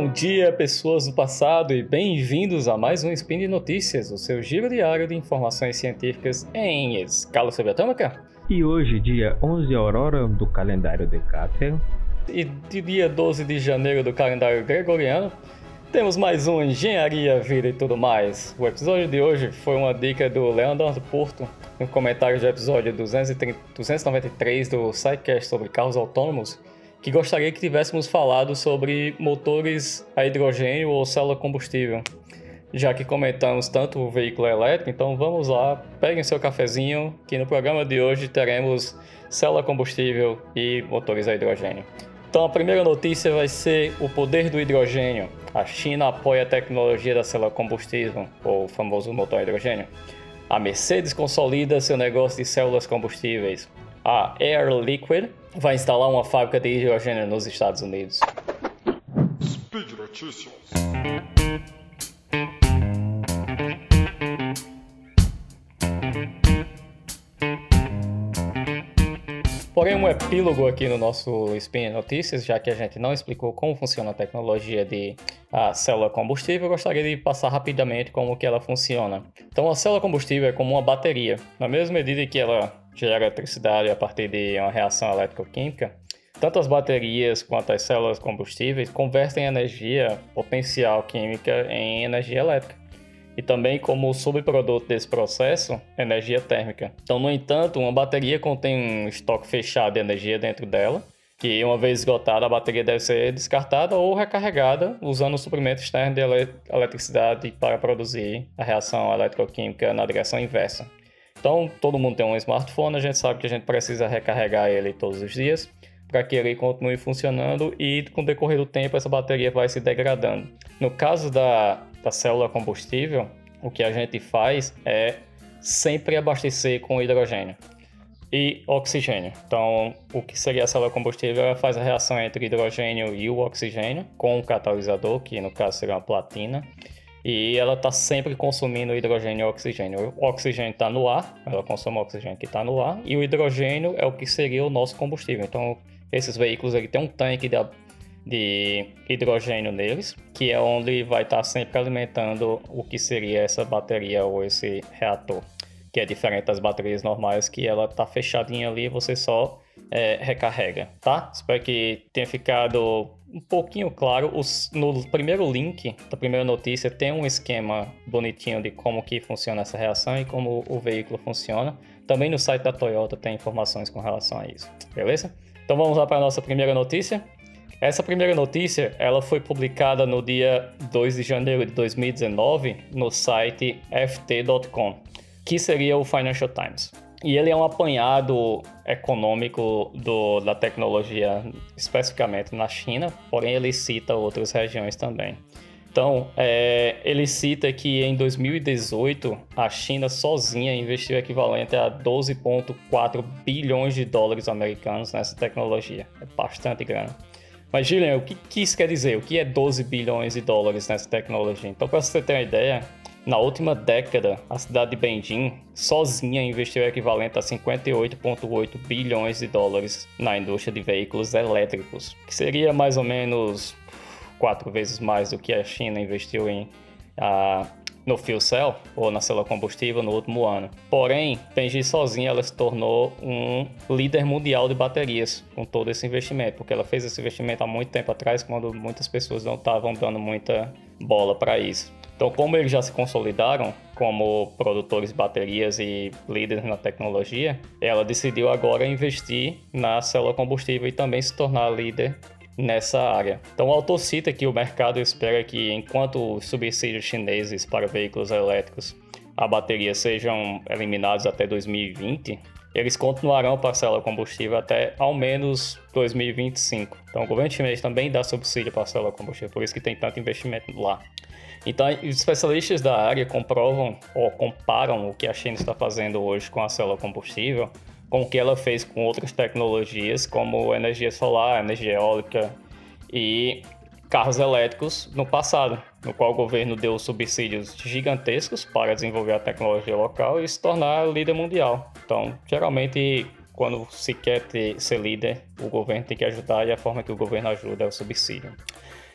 dia, pessoas do passado, e bem-vindos a mais um Spin de Notícias, o seu giro diário de informações científicas em escala subatômica. E hoje, dia 11 Aurora do calendário Decátrio, e de dia 12 de janeiro do calendário gregoriano, temos mais um Engenharia, Vida e Tudo Mais. O episódio de hoje foi uma dica do Leandro Porto, no comentário do episódio 293 do SciCast sobre carros autônomos, que gostaria que tivéssemos falado sobre motores a hidrogênio ou célula combustível. Já que comentamos tanto o veículo elétrico, então vamos lá, peguem seu cafezinho, que no programa de hoje teremos célula combustível e motores a hidrogênio. Então a primeira notícia vai ser o poder do hidrogênio. A China apoia a tecnologia da célula combustível, ou famoso motor a hidrogênio. A Mercedes consolida seu negócio de células combustíveis. A Air Liquide vai instalar uma fábrica de hidrogênio nos Estados Unidos. Speed Notícias. Porém, um epílogo aqui no nosso Spin Notícias, já que a gente não explicou como funciona a tecnologia de célula combustível, eu gostaria de passar rapidamente como que ela funciona. Então, a célula combustível é como uma bateria. Na mesma medida que ela gera eletricidade a partir de uma reação eletroquímica, tanto as baterias quanto as células combustíveis convertem energia potencial química em energia elétrica. E também como subproduto desse processo, energia térmica. Então, no entanto, uma bateria contém um estoque fechado de energia dentro dela, que uma vez esgotada, a bateria deve ser descartada ou recarregada usando o suprimento externo de eletricidade para produzir a reação eletroquímica na direção inversa. Então, todo mundo tem um smartphone, a gente sabe que a gente precisa recarregar ele todos os dias para que ele continue funcionando e, com o decorrer do tempo, essa bateria vai se degradando. No caso da célula combustível, o que a gente faz é sempre abastecer com hidrogênio e oxigênio. Então, o que seria a célula combustível? Ela faz a reação entre o hidrogênio e o oxigênio com um catalisador, que no caso seria uma platina, e ela está sempre consumindo hidrogênio e oxigênio. O oxigênio está no ar, ela consome o oxigênio que está no ar, e o hidrogênio é o que seria o nosso combustível. Então, esses veículos aqui têm um tanque de hidrogênio neles, que é onde vai estar sempre alimentando o que seria essa bateria ou esse reator, que é diferente das baterias normais, que ela está fechadinha ali e você só recarrega, tá? Espero que tenha ficado um pouquinho claro. No primeiro link da primeira notícia tem um esquema bonitinho de como que funciona essa reação e como o veículo funciona. Também no site da Toyota tem informações com relação a isso, beleza? Então vamos lá para a nossa primeira notícia. Essa primeira notícia ela foi publicada no dia 2 de janeiro de 2019 no site ft.com, que seria o Financial Times. E ele é um apanhado econômico da tecnologia, especificamente na China, porém ele cita outras regiões também. Então, ele cita que em 2018, a China sozinha investiu o equivalente a 12,4 bilhões de dólares americanos nessa tecnologia. É bastante grana. Mas, Gillian, o que isso quer dizer? O que é 12 bilhões de dólares nessa tecnologia? Então, para você ter uma ideia, na última década, a cidade de Beijing sozinha investiu o equivalente a 58,8 bilhões de dólares na indústria de veículos elétricos, que seria mais ou menos 4 vezes mais do que a China investiu no fuel cell, ou na célula combustível, no último ano. Porém, Beijing sozinha ela se tornou um líder mundial de baterias com todo esse investimento, porque ela fez esse investimento há muito tempo atrás, quando muitas pessoas não estavam dando muita bola para isso. Então, como eles já se consolidaram como produtores de baterias e líderes na tecnologia, ela decidiu agora investir na célula combustível e também se tornar líder nessa área. Então, o autor cita que o mercado espera que, enquanto os subsídios chineses para veículos elétricos a bateria sejam eliminados até 2020, eles continuarão para a célula combustível até ao menos 2025. Então, o governo chinês também dá subsídio para a célula combustível, por isso que tem tanto investimento lá. Então, os especialistas da área comprovam ou comparam o que a China está fazendo hoje com a célula combustível com o que ela fez com outras tecnologias, como energia solar, energia eólica e carros elétricos no passado, no qual o governo deu subsídios gigantescos para desenvolver a tecnologia local e se tornar líder mundial. Então, geralmente, quando se quer ser líder, o governo tem que ajudar e a forma que o governo ajuda é o subsídio.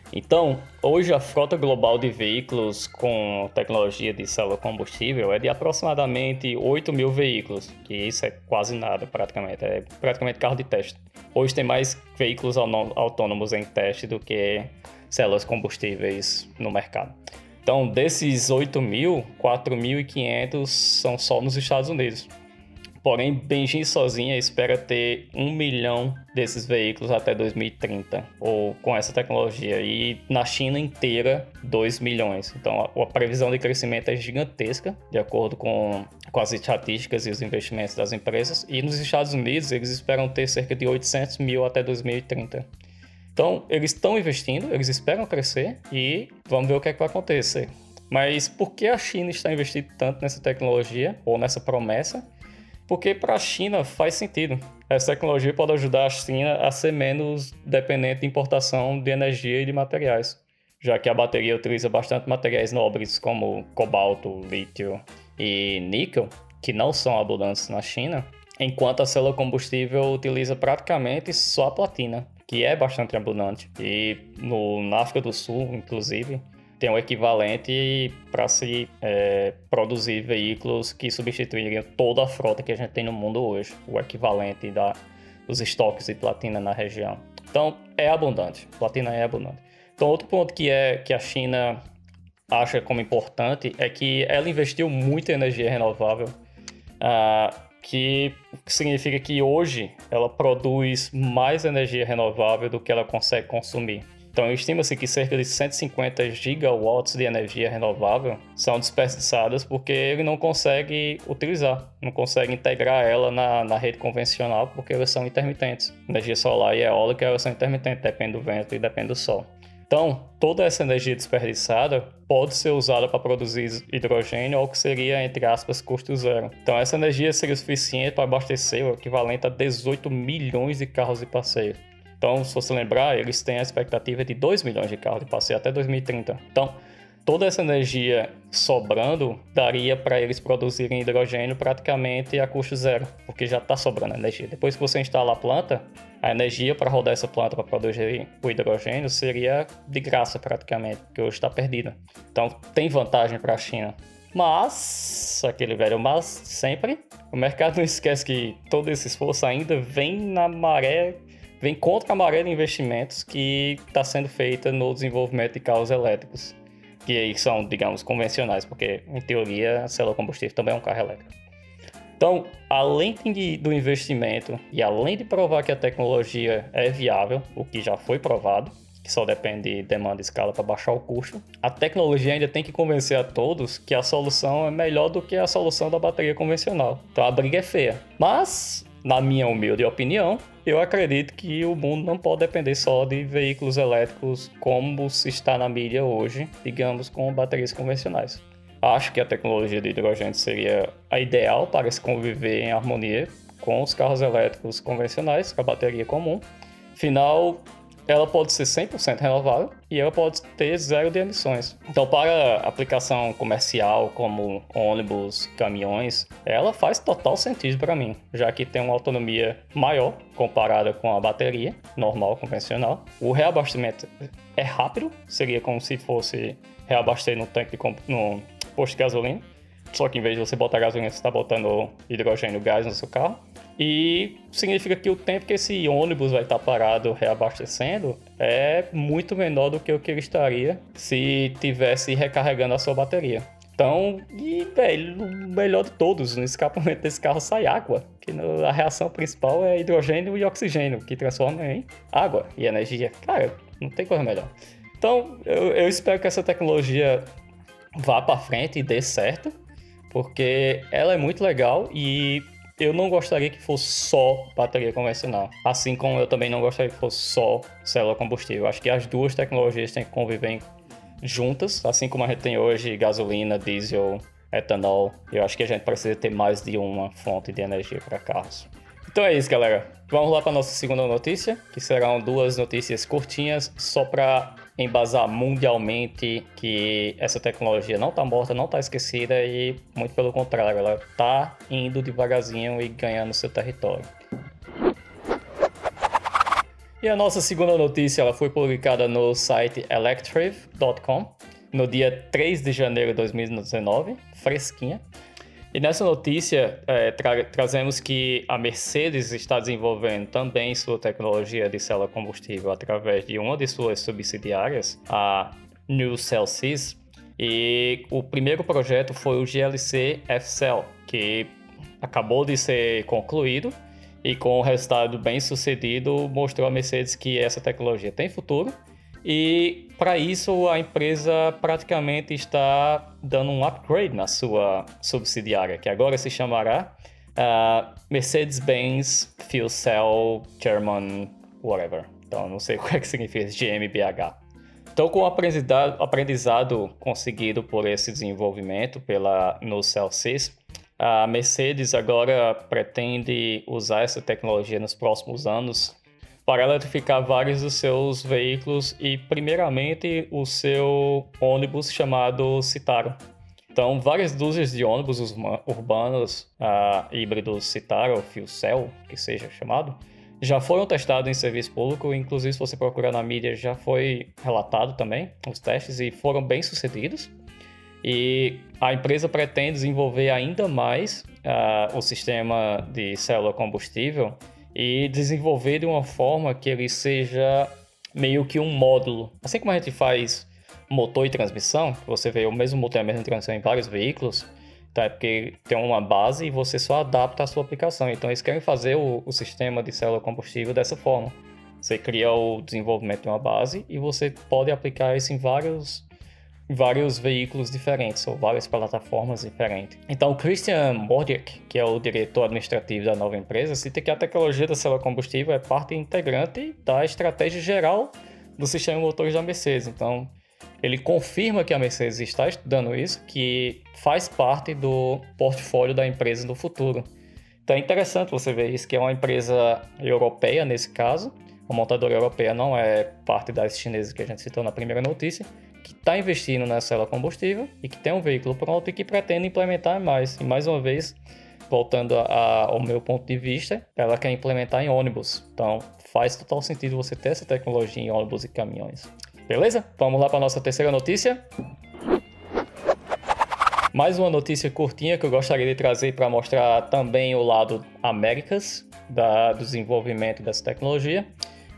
Então, hoje a frota global de veículos com tecnologia de célula combustível é de aproximadamente 8 mil veículos, que isso é quase nada praticamente, é praticamente carro de teste. Hoje tem mais veículos autônomos em teste do que células combustíveis no mercado. Então, desses 8 mil, 4.500 são só nos Estados Unidos. Porém, Beijing sozinha espera ter 1 milhão desses veículos até 2030, ou com essa tecnologia. E na China inteira, 2 milhões. Então, a previsão de crescimento é gigantesca, de acordo com as estatísticas e os investimentos das empresas. E nos Estados Unidos, eles esperam ter cerca de 800 mil até 2030. Então, eles estão investindo, eles esperam crescer e vamos ver o que é que vai acontecer. Mas por que a China está investindo tanto nessa tecnologia, ou nessa promessa? Porque para a China faz sentido. Essa tecnologia pode ajudar a China a ser menos dependente de importação de energia e de materiais, já que a bateria utiliza bastante materiais nobres como cobalto, lítio e níquel, que não são abundantes na China, enquanto a célula combustível utiliza praticamente só a platina, que é bastante abundante. E na África do Sul, inclusive, tem um equivalente para se produzir veículos que substituiriam toda a frota que a gente tem no mundo hoje, o equivalente dos estoques de platina na região. Então, é abundante, platina é abundante. Então, outro ponto que a China acha como importante é que ela investiu muito em energia renovável, que significa que hoje ela produz mais energia renovável do que ela consegue consumir. Então, estima-se que cerca de 150 gigawatts de energia renovável são desperdiçadas porque ele não consegue utilizar, não consegue integrar ela na rede convencional porque elas são intermitentes. Energia solar e eólica elas são intermitentes, depende do vento e depende do sol. Então, toda essa energia desperdiçada pode ser usada para produzir hidrogênio, ou que seria, entre aspas, custo zero. Então, essa energia seria suficiente para abastecer o equivalente a 18 milhões de carros de passeio. Então, se você lembrar, eles têm a expectativa de 2 milhões de carros de passeio até 2030. Então, toda essa energia sobrando daria para eles produzirem hidrogênio praticamente a custo zero, porque já está sobrando energia. Depois que você instala a planta, a energia para rodar essa planta para produzir o hidrogênio seria de graça praticamente, porque hoje está perdida. Então, tem vantagem para a China. Mas, aquele velho mas sempre, o mercado não esquece que todo esse esforço ainda vem contra a maré de investimentos que está sendo feita no desenvolvimento de carros elétricos, que são, digamos, convencionais, porque, em teoria, a célula combustível também é um carro elétrico. Então, além do investimento e além de provar que a tecnologia é viável, o que já foi provado, que só depende de demanda e escala para baixar o custo, a tecnologia ainda tem que convencer a todos que a solução é melhor do que a solução da bateria convencional. Então, a briga é feia. Mas, na minha humilde opinião, eu acredito que o mundo não pode depender só de veículos elétricos como se está na mídia hoje, digamos, com baterias convencionais. Acho que a tecnologia de hidrogênio seria a ideal para se conviver em harmonia com os carros elétricos convencionais, com a bateria comum. Afinal, ela pode ser 100% renovável e ela pode ter zero de emissões. Então, para aplicação comercial, como ônibus, caminhões, ela faz total sentido para mim, já que tem uma autonomia maior comparada com a bateria normal, convencional. O reabastecimento é rápido, seria como se fosse reabastecer no posto de gasolina, só que em vez de você botar gasolina, você está botando hidrogênio gás no seu carro. E significa que o tempo que esse ônibus vai estar parado reabastecendo é muito menor do que o que ele estaria se tivesse recarregando a sua bateria. Então, velho, o melhor de todos, no escapamento desse carro sai água, que a reação principal é hidrogênio e oxigênio, que transforma em água e energia. Cara, não tem coisa melhor. Então, eu espero que essa tecnologia vá para frente e dê certo, porque ela é muito legal e eu não gostaria que fosse só bateria convencional, assim como eu também não gostaria que fosse só célula combustível. Acho que as duas tecnologias têm que conviver juntas, assim como a gente tem hoje gasolina, diesel, etanol. Eu acho que a gente precisa ter mais de uma fonte de energia para carros. Então é isso, galera. Vamos lá para a nossa segunda notícia, que serão duas notícias curtinhas, só para embasar mundialmente que essa tecnologia não está morta, não está esquecida e, muito pelo contrário, ela está indo devagarzinho e ganhando seu território. E a nossa segunda notícia ela foi publicada no site electriv.com no dia 3 de janeiro de 2019, fresquinha. E nessa notícia, trazemos que a Mercedes está desenvolvendo também sua tecnologia de célula combustível através de uma de suas subsidiárias, a New Cellsys. E o primeiro projeto foi o GLC F-Cell, que acabou de ser concluído e com um resultado bem sucedido mostrou a Mercedes que essa tecnologia tem futuro. E para isso a empresa praticamente está dando um upgrade na sua subsidiária, que agora se chamará Mercedes-Benz Fuel Cell German whatever. Então não sei o que significa GmbH. Então com o aprendizado conseguido por esse desenvolvimento pela New Cellsys, a Mercedes agora pretende usar essa tecnologia nos próximos anos para eletrificar vários dos seus veículos e, primeiramente, o seu ônibus chamado Citaro. Então, várias dúzias de ônibus urbanos híbridos Citaro, Fuel Cell, que seja chamado, já foram testados em serviço público. Inclusive, se você procurar na mídia, já foi relatado também os testes e foram bem sucedidos. E a empresa pretende desenvolver ainda mais o sistema de célula combustível e desenvolver de uma forma que ele seja meio que um módulo. Assim como a gente faz motor e transmissão, você vê o mesmo motor e a mesma transmissão em vários veículos, tá? Porque tem uma base e você só adapta a sua aplicação. Então eles querem fazer o sistema de célula combustível dessa forma. Você cria o desenvolvimento de uma base e você pode aplicar isso em vários veículos diferentes ou várias plataformas diferentes. Então, o Christian Mordiak, que é o diretor administrativo da nova empresa, cita que a tecnologia da célula combustível é parte integrante da estratégia geral do sistema de motores da Mercedes. Então, ele confirma que a Mercedes está estudando isso, que faz parte do portfólio da empresa no futuro. Então, é interessante você ver isso, que é uma empresa europeia nesse caso. A montadora europeia não é parte das chinesas que a gente citou na primeira notícia, que está investindo na célula combustível e que tem um veículo pronto e que pretende implementar mais. E mais uma vez, voltando ao meu ponto de vista, ela quer implementar em ônibus. Então faz total sentido você ter essa tecnologia em ônibus e caminhões. Beleza? Vamos lá para a nossa terceira notícia. Mais uma notícia curtinha que eu gostaria de trazer para mostrar também o lado Américas do desenvolvimento dessa tecnologia.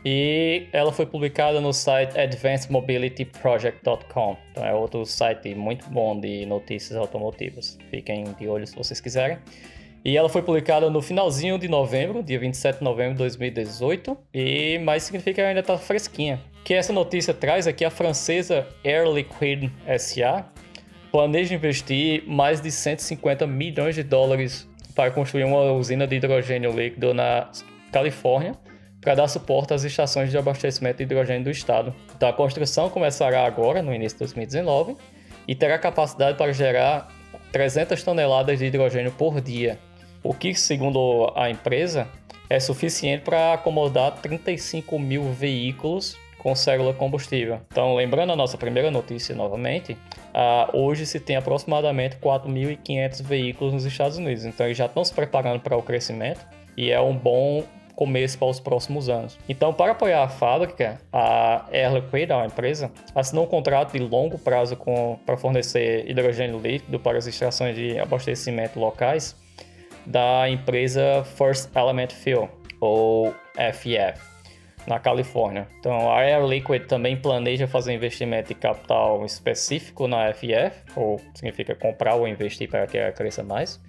E ela foi publicada no site advancedmobilityproject.com. Então é outro site muito bom de notícias automotivas. Fiquem de olho se vocês quiserem. E ela foi publicada no finalzinho de novembro, dia 27 de novembro de 2018. Mas significa que ainda está fresquinha. O que essa notícia traz é que a francesa Air Liquide SA planeja investir mais de 150 milhões de dólares para construir uma usina de hidrogênio líquido na Califórnia, para dar suporte às estações de abastecimento de hidrogênio do estado. Então a construção começará agora, no início de 2019, e terá capacidade para gerar 300 toneladas de hidrogênio por dia, o que, segundo a empresa, é suficiente para acomodar 35 mil veículos com célula combustível. Então, lembrando a nossa primeira notícia novamente, hoje se tem aproximadamente 4.500 veículos nos Estados Unidos. Então eles já estão se preparando para o crescimento e é um bom começo para os próximos anos. Então, para apoiar a fábrica, a Air Liquide, a empresa, assinou um contrato de longo prazo para fornecer hidrogênio líquido para as estações de abastecimento locais da empresa First Element Fuel, ou FEF, na Califórnia. Então, a Air Liquide também planeja fazer investimento de capital específico na FEF, ou significa comprar ou investir para que ela cresça mais.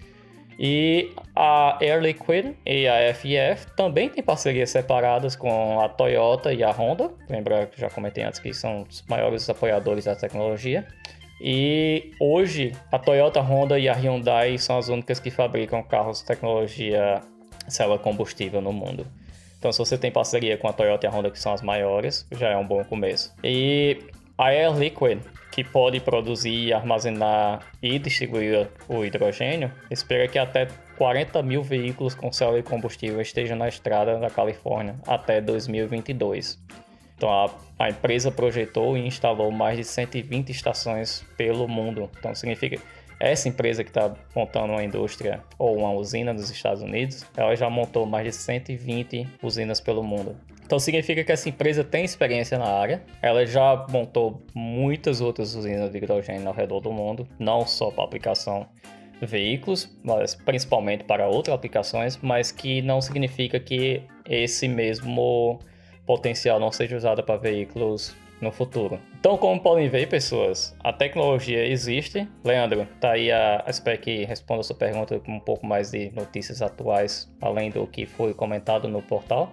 E a Air Liquide e a FEF também têm parcerias separadas com a Toyota e a Honda. Lembra que já comentei antes que são os maiores apoiadores da tecnologia. E hoje a Toyota, a Honda e a Hyundai são as únicas que fabricam carros de tecnologia célula combustível no mundo. Então, se você tem parceria com a Toyota e a Honda, que são as maiores, já é um bom começo. E a Air Liquide, que pode produzir, armazenar e distribuir o hidrogênio, espera que até 40 mil veículos com célula de combustível estejam na estrada da Califórnia até 2022. Então, a empresa projetou e instalou mais de 120 estações pelo mundo. Então, significa que essa empresa que está montando uma indústria ou uma usina nos Estados Unidos, ela já montou mais de 120 usinas pelo mundo. Então significa que essa empresa tem experiência na área, ela já montou muitas outras usinas de hidrogênio ao redor do mundo, não só para aplicação veículos, mas principalmente para outras aplicações, mas que não significa que esse mesmo potencial não seja usado para veículos no futuro. Então, como podem ver, pessoas, a tecnologia existe. Leandro, tá aí a spec responde a sua pergunta com um pouco mais de notícias atuais, além do que foi comentado no portal.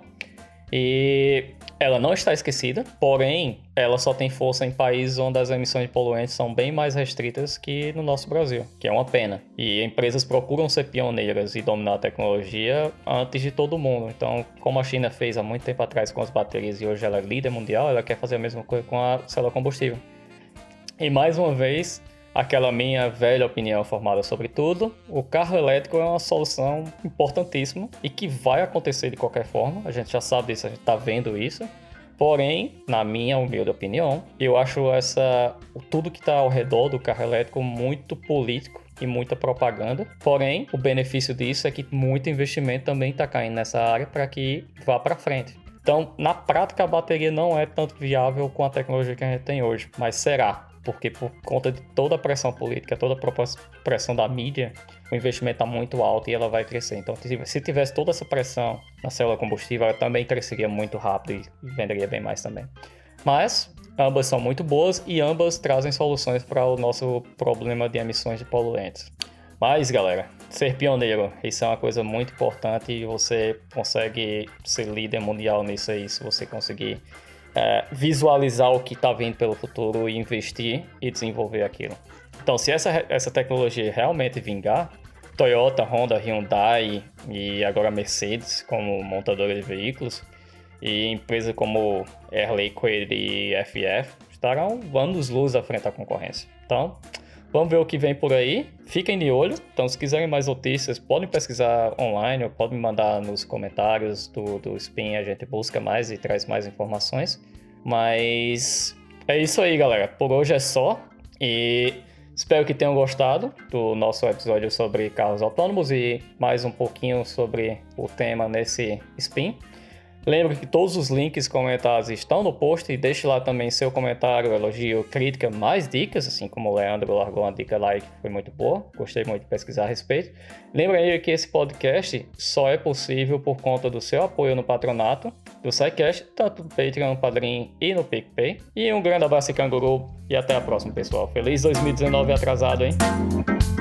E ela não está esquecida, porém, ela só tem força em países onde as emissões de poluentes são bem mais restritas que no nosso Brasil, que é uma pena. E empresas procuram ser pioneiras e dominar a tecnologia antes de todo mundo. Então, como a China fez há muito tempo atrás com as baterias e hoje ela é líder mundial, ela quer fazer a mesma coisa com a célula combustível. E mais uma vez, aquela minha velha opinião formada sobre tudo, o carro elétrico é uma solução importantíssima e que vai acontecer de qualquer forma, a gente já sabe disso, a gente está vendo isso. Porém, na minha humilde opinião, eu acho tudo que está ao redor do carro elétrico muito político e muita propaganda. Porém, o benefício disso é que muito investimento também está caindo nessa área para que vá para frente. Então, na prática, a bateria não é tanto viável com a tecnologia que a gente tem hoje, mas será. Porque por conta de toda a pressão política, toda a pressão da mídia, o investimento está muito alto e ela vai crescer. Então, se tivesse toda essa pressão na célula combustível, ela também cresceria muito rápido e venderia bem mais também. Mas ambas são muito boas e ambas trazem soluções para o nosso problema de emissões de poluentes. Mas, galera, ser pioneiro, isso é uma coisa muito importante e você consegue ser líder mundial nisso aí se você conseguir visualizar o que está vindo pelo futuro e investir e desenvolver aquilo. Então, se essa tecnologia realmente vingar, Toyota, Honda, Hyundai e agora Mercedes como montadora de veículos e empresas como Air Liquide e FF estarão anos-luz à frente da concorrência. Então, vamos ver o que vem por aí. Fiquem de olho. Então, se quiserem mais notícias, podem pesquisar online ou podem me mandar nos comentários do Spin. A gente busca mais e traz mais informações. Mas é isso aí, galera. Por hoje é só. E espero que tenham gostado do nosso episódio sobre carros autônomos e mais um pouquinho sobre o tema nesse Spin. Lembre que todos os links comentados estão no post e deixe lá também seu comentário, elogio, crítica, mais dicas, assim como o Leandro largou uma dica lá que foi muito boa, gostei muito de pesquisar a respeito. Lembre aí que esse podcast só é possível por conta do seu apoio no patronato do SciCast, tanto no Patreon, no Padrim e no PicPay. E um grande abraço e canguru e até a próxima, pessoal. Feliz 2019 atrasado, hein?